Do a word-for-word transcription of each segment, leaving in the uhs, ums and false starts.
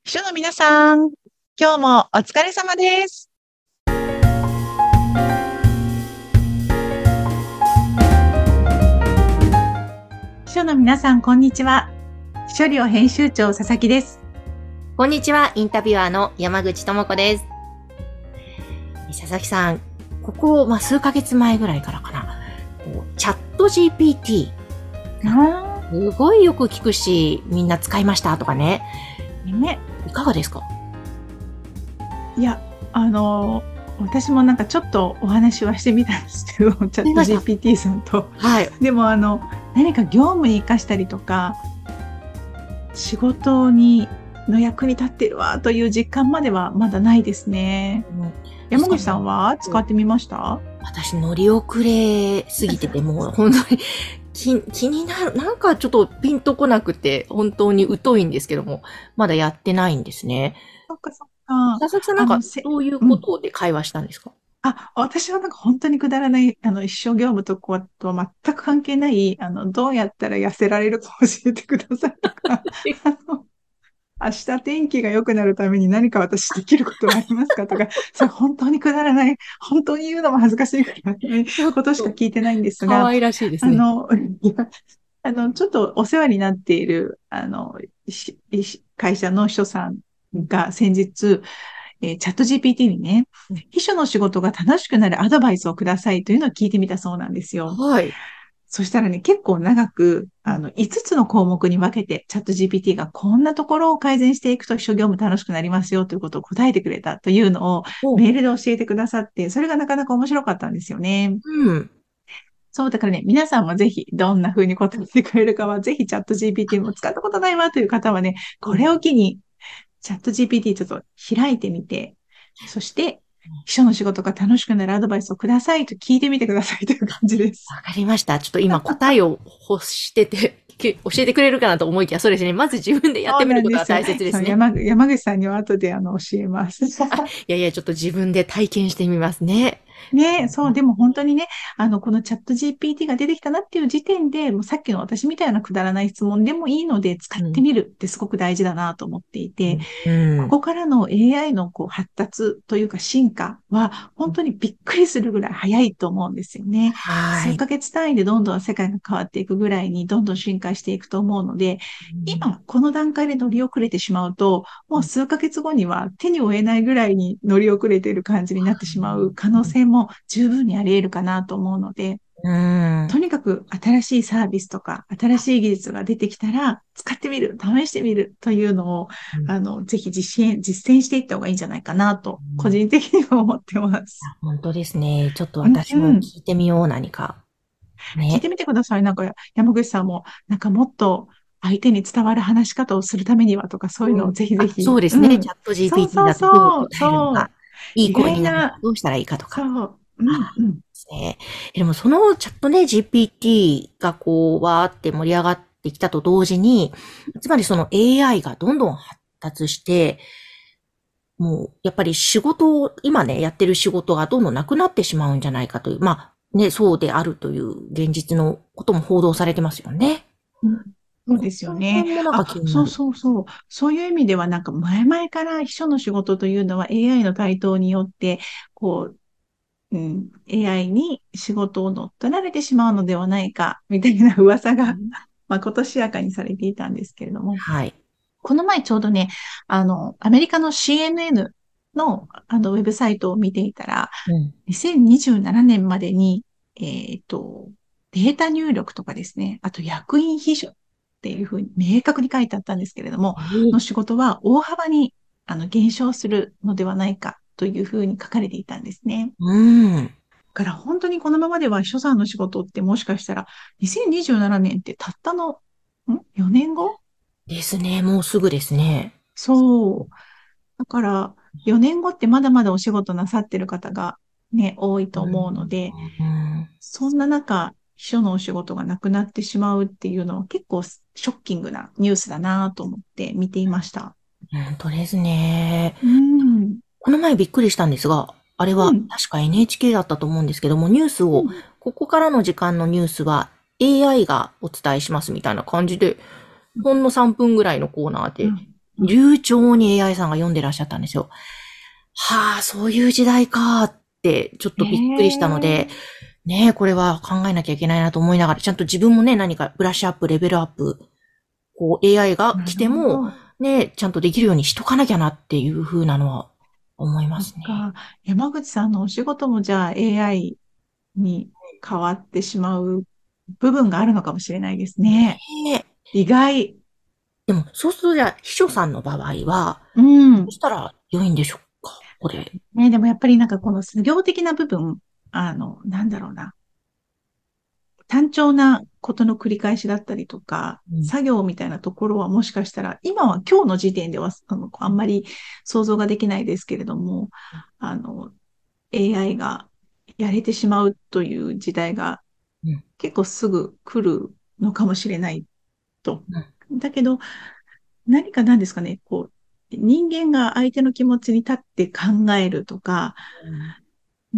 秘書の皆さん、今日もお疲れ様です。秘書の皆さん、こんにちは。秘書寮編集長佐々木です。 こんにちは、インタビュアーの山口智子です。佐々木さん、ここ、まあ、数ヶ月前ぐらいからかな、チャット ジーピーティー、すごいよく聞くし、みんな使いましたとかね。ね、いかがですか？ いや、あの、私もなんかちょっとお話はしてみたんですけど、チャット ジーピーティー さんと。 はい。 でもあの、何か業務に活かしたりとか、仕事に、の役に立ってるわという実感まではまだないですね。うん、山口さんは使ってみました？ 私乗り遅れすぎてて、もう本当に気、気になる、なんかちょっとピンとこなくて、本当に疎いんですけども、まだやってないんですね。 そっかそっか。 佐々木さんなんか、どういうことで会話したんですか？ あ、私はなんか本当にくだらない、あの、一生業務とことは全く関係ない、あの、どうやったら痩せられるか教えてくださいとか、あの、明日天気が良くなるために何か私できることはありますかとか、それ本当にくだらない、本当に言うのも恥ずかしいくらいのことしか聞いてないんですが、 可愛らしいですね。 あの、いや、あの、ちょっとお世話になっている、あの、会社の秘書さんが先日、えー、チャット ジーピーティー にね、秘書の仕事が楽しくなるアドバイスをくださいというのを聞いてみたそうなんですよ。 はい。 そしたらね、結構長く、あの、いつつの項目に分けて、チャット ジーピーティー がこんなところを改善していくと秘書業務楽しくなりますよということを答えてくれたというのをメールで教えてくださって、それがなかなか面白かったんですよね。 うん。 そう、だからね、皆さんもぜひ、どんな風に答えてくれるかは、ぜひチャット ジーピーティー も使ったことないわという方はね、これを機に、チャット ジーピーティー ちょっと開いてみて、そして、秘書の仕事が楽しくなるアドバイスをくださいと聞いてみてくださいという感じです。 わかりました。ちょっと今答えを欲してて、教えてくれるかなと思いきや、そうですね。まず自分でやってみることが大切ですね。 山山口さんには後であの教えます。いやいや、ちょっと自分で体験してみますね。 ねそう、でも本当にね、あの、このチャット ジーピーティー が出てきたなっていう時点で、もうさっきの私みたいなくだらない質問でもいいので、使ってみるってすごく大事だなと思っていて、うん、ここからの エーアイ のこう発達というか進化は、本当にびっくりするぐらい早いと思うんですよね。はい、数ヶ月単位でどんどん世界が変わっていくぐらいに、どんどん進化していくと思うので、今、この段階で乗り遅れてしまうと、もう数ヶ月後には手に負えないぐらいに乗り遅れている感じになってしまう可能性も十分にあり得るかなと思うので、うんとにかく新しいサービスとか、新しい技術が出てきたら、使ってみる、試してみるというのを、うん、あの、ぜひ実践、実践していった方がいいんじゃないかなと、個人的には思ってます。 本当ですね。ちょっと私も聞いてみよう、うん、何か。 ね、聞いてみてください。なんか、山口さんも、なんかもっと、相手に伝わる話し方をするためにはとか、そういうのをぜひぜひ。 そうですね。うん、チャット ジーピーティー だとどう答えるのか。いい声になるのか、どうしたらいいかとか。 そう。うん、 うん。ですね。でもそのチャットね、ジーピーティー がこう、わーって盛り上がってきたと同時に、つまりその エーアイ がどんどん発達して、もう、やっぱり仕事を、今ね、やってる仕事がどんどんなくなってしまうんじゃないかという、まあ、ね、そうであるという現実のことも報道されてますよね。 うんそうですよね。あ、そうそうそう。そういう意味では、なんか前々から秘書の仕事というのは エーアイ の台頭によって、こう、うん、エーアイ に仕事を乗っ取られてしまうのではないか、みたいな噂が、まあ今年明かにされていたんですけれども。はい。この前ちょうどね、あの、アメリカの シーエヌエヌ の、あの、ウェブサイトを見ていたら、うん、にせんにじゅうななねんまでに、えっと、データ入力とかですね、あと役員秘書っていうふうに明確に書いてあったんですけれども、うん、の仕事は大幅にあの減少するのではないかというふうに書かれていたんですね。うん。だから本当にこのままでは秘書さんの仕事ってもしかしたらにせんにじゅうななねんってたったのん ?よ 年後ですね。もうすぐですね。 そう。だからよねんごってまだまだお仕事なさってる方がね、多いと思うので、うん、そんな中、秘書のお仕事がなくなってしまうっていうのは結構ショッキングなニュースだなと思って見ていました。 本当ですね。うん、この前びっくりしたんですが、あれは確か エヌエイチケー だったと思うんですけども、ニュースを、うん、ここからの時間のニュースは エーアイ がお伝えしますみたいな感じで、ほんのさんぷんぐらいのコーナーで流暢に エーアイ さんが読んでらっしゃったんですよ。はあ、そういう時代かって、ちょっとびっくりしたので、ねえ、これは考えなきゃいけないなと思いながら、ちゃんと自分もね、何かブラッシュアップ、レベルアップ、こう エーアイ が来なるても、 ほど。 ね、ちゃんとできるようにしとかなきゃなっていう風なのは思いまそっすね。 か。山口さんのお仕事もじゃあ エーアイ に変わってしまう部分があるのかもしれないですね。 ねえ。 意外。 でも、そうするとじゃあ、秘書さんの場合は、 うどうん。 したら良いんでしょうかこれ。 ね、でもやっぱりなんかこの作業的な部分、あの、なんだろうな。単調なことの繰り返しだったりとか、 うん。 作業みたいなところはもしかしたら、今は今日の時点ではあのあんまり想像ができないですけれども、あの、エーアイ がやれてしまうという時代がうん。 結構すぐ来るのかもしれないと。 うん。 だけど、何かなんですかね、こう、人間が相手の気持ちに立って考えるとか、うん、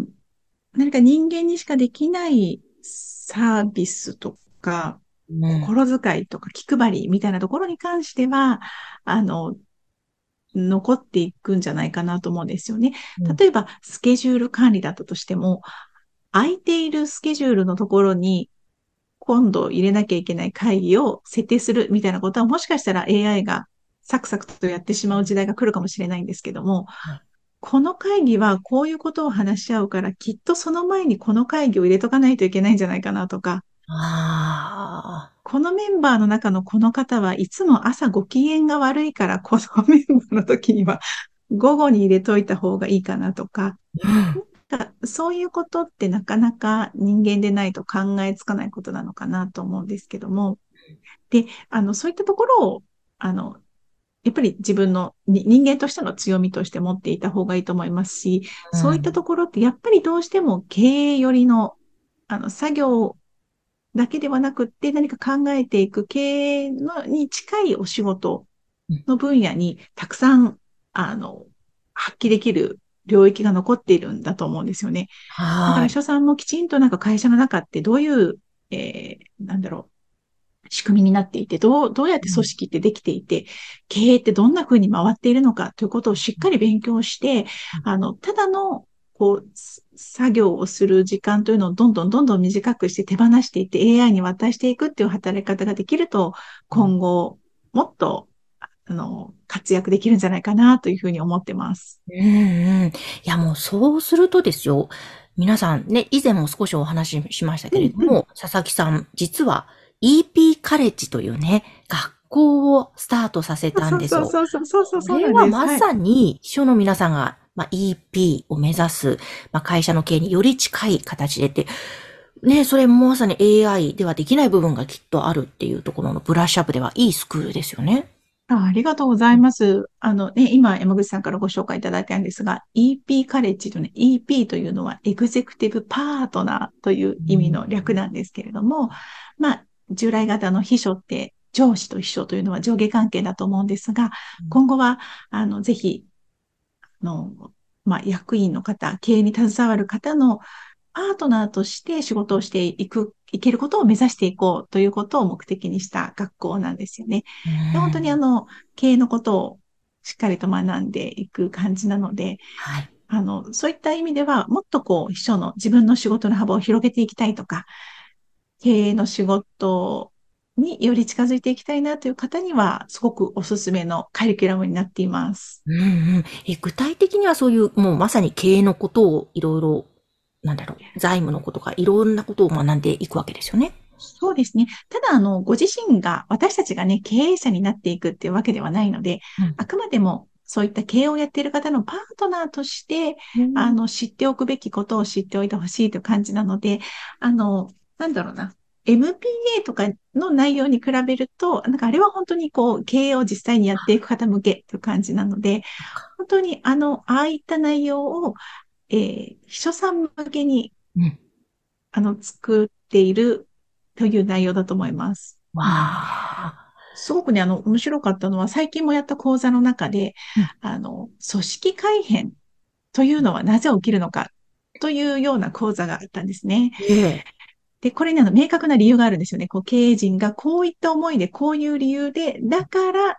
何か人間にしかできないサービスとか、 うん。うん。 心遣いとか気配りみたいなところに関しては、あの、残っていくんじゃないかなと思うんですよね。 うん。 例えば、スケジュール管理だったとしても、空いているスケジュールのところに、今度入れなきゃいけない会議を設定するみたいなことは、もしかしたら エーアイ がサクサクとやってしまう時代が来るかもしれないんですけども、 はい。 この会議はこういうことを話し合うから、きっとその前にこの会議を入れとかないといけないんじゃないかなとか、 ああ。 このメンバーの中のこの方はいつも朝ご機嫌が悪いから、このメンバーの時には午後に入れといた方がいいかなとか、 うん。 そういうことってなかなか人間でないと考えつかないことなのかなと思うんですけども、で、あの、そういったところを、あの、やっぱり自分のに人間としての強みとして持っていた方がいいと思いますし、そういったうん。 ところってやっぱりどうしても経営寄りの、あの、作業だけではなくって何か考えていく経営のに近いお仕事うん。 の分野にたくさん、あの、発揮できる領域が残っているんだと思うんですよね。だからはい。 秘書さんもきちんとなんか会社の中ってどういう、えー、なんだろう、仕組みになっていて、どう、どうやって組うん。 織ってできていて、経営ってどんな風に回っているのかということをしっかり勉強して、あの、ただの、こう、作業をする時間というのをどんどんどんどん短くして手放していって エーアイ に渡していくっていう働き方ができると、今後、もっと、あの、活躍できるんじゃないかなというふうに思ってます。 うんうん。いや、もうそうするとですよ。皆さんね、以前も少しお話ししましたけれうんうん。 ども、佐々木さん、実は イーピー カレッジというね、学校をスタートさせたんそうそうですよ。 そうそうそうそうこれはそうなんです。はい。 まさに秘書の皆さんが、まあ、イーピー を目指す、まあ、会社の経営により近い形でってね、それもまさに エーアイ ではできない部分がきっとあるっていうところのブラッシュアップではいいスクールですよね。 あ、ありがとうございます。あのね、今、山口さんからご紹介いただいたんですが、イーピー カレッジとね、イーピー というのはエグゼクティブパートナーという意味の略なんですけれども、まあ、従来型の秘書って上司と秘書というのは上下関係だと思うんですが、今後は、あの、ぜひ、あの、まあ、役員の方、経営に携わる方のパートナーとして仕事をしていく、いけることを目指していこうということを目的にした学校なんですよね。 うで本当にあん。 の、経営のことをしっかりと学んでいく感じなので、 はい。 あの、そういった意味では、もっとこう、秘書の自分の仕事の幅を広げていきたいとか、経営の仕事により近づいていきたいなという方には、すごくおすすめのカリキュラムになっています。 うんうん。え、具体的にはそういう、もうまさに経営のことをいろいろ、なんだろう、財務のことかいろんなことを学んでいくわけですよね。 そうですね。ただ、あの、ご自身が、私たちがね、経営者になっていくっていうわけではないので、 うん。 あくまでも、そういった経営をやっている方のパートナーとして、 うん。 あの、知っておくべきことを知っておいてほしいという感じなので、あの、なんだろうな。エムピーエー とかの内容に比べると、なんかあれは本当にこう、経営を実際にやっていく方向けという感じなので、本当にあの、ああいった内容を、えー秘書さん向けにうん。 あの、作っているという内容だと思います。 わうん。 あ。 すごくね、あの、面白かったのは、最近もやった講座の中で、 うん。 あの、組織改変というのはなぜ起きるのかというような講座があったんですね。 ええ。 で、これにあの、明確な理由があるんですよね。こう、経営陣がこういった思いで、こういう理由で、だから、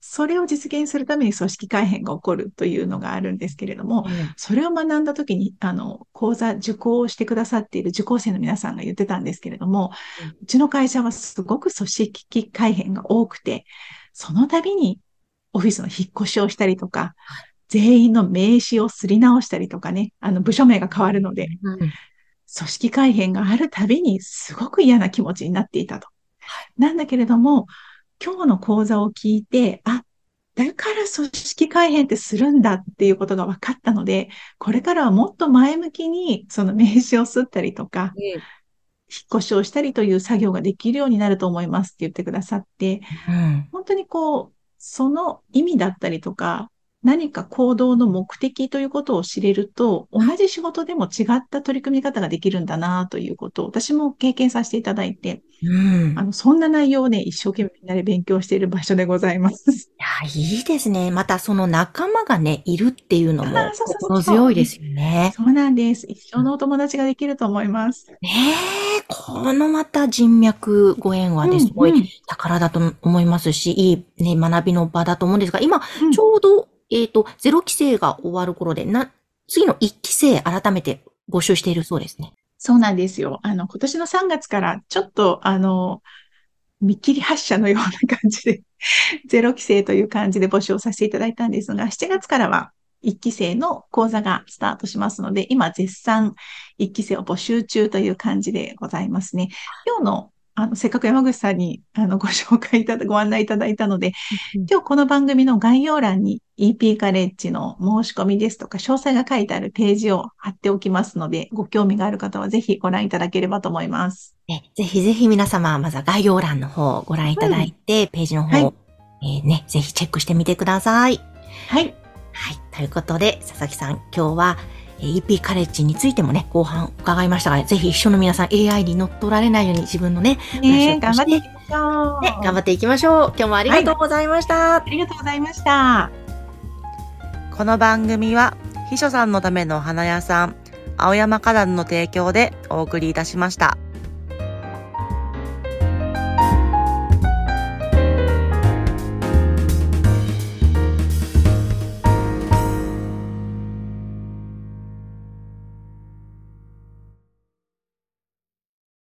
それを実現するために組織改変が起こるというのがあるんですけれども、それを学んだ時に、あの、講座受講してくださっている受講生の皆さんが言ってたんですけれども、うちの会社はすごく組織改変が多くて、その度にオフィスの引っ越しをしたりとか、全員の名刺をすり直したりとかね、あの、部署名が変わるので、うん、組織改変があるたびにすごく嫌な気持ちになっていたと。なんだけれども、今日の講座を聞いて、あ、だから組織改変ってするんだっていうことが分かったので、これからはもっと前向きにその名刺を吸ったりとか、うん、引っ越しをしたりという作業ができるようになると思いますって言ってくださって、うん、本当にこう、その意味だったりとか、何か行動の目的ということを知れると、同じ仕事でも違った取り組み方ができるんだなということを私も経験させていただいて、うん、あの、そんな内容をね、一生懸命みんなで勉強している場所でございます。いや、いいですね。またその仲間がね、いるっていうのも心強いですよね。 そうなんです。一生のお友達ができると思います。 ねえ、このまた人脈ご縁はね、すごい宝だと思いますし、いいね、学びの場だと思うんですが、今、ちょうど、えっと、ゼロ期生が終わる頃で、な、次のいっ期生改めて募集しているそうですね。 そうなんですよ。あの、今年のさんがつからちょっと、あの、見切り発車のような感じで、ゼロ期生という感じで募集をさせていただいたんですが、しちがつからはいっ期生の講座がスタートしますので、今絶賛いっ期生を募集中という感じでございますね。今日のあの、せっかく山口さんに、あの、ご紹介いただ、ご案内いただいたので、今日この番組の概要欄に イーピー カレッジの申し込みですとか、詳細が書いてあるページを貼っておきますので、ご興味がある方はぜひご覧いただければと思います。 ね、ぜひぜひ皆様、まずは概要欄の方をご覧いただいて、うん、ページの方、はい、えー、ね、ぜひチェックしてみてください。 はい。 はい。ということで、佐々木さん、今日は、イーピー カレッジについてもね、後半伺いましたが、ぜひ一緒の皆さん エーアイ に乗っ取られないように自分のね、 ね頑張っていきましょう。 ね、頑張っていきましょう。今日もありがとうございました。はい、 ありがとうございました。 この番組は、秘書さんのための花屋さん、青山花壇の提供でお送りいたしました。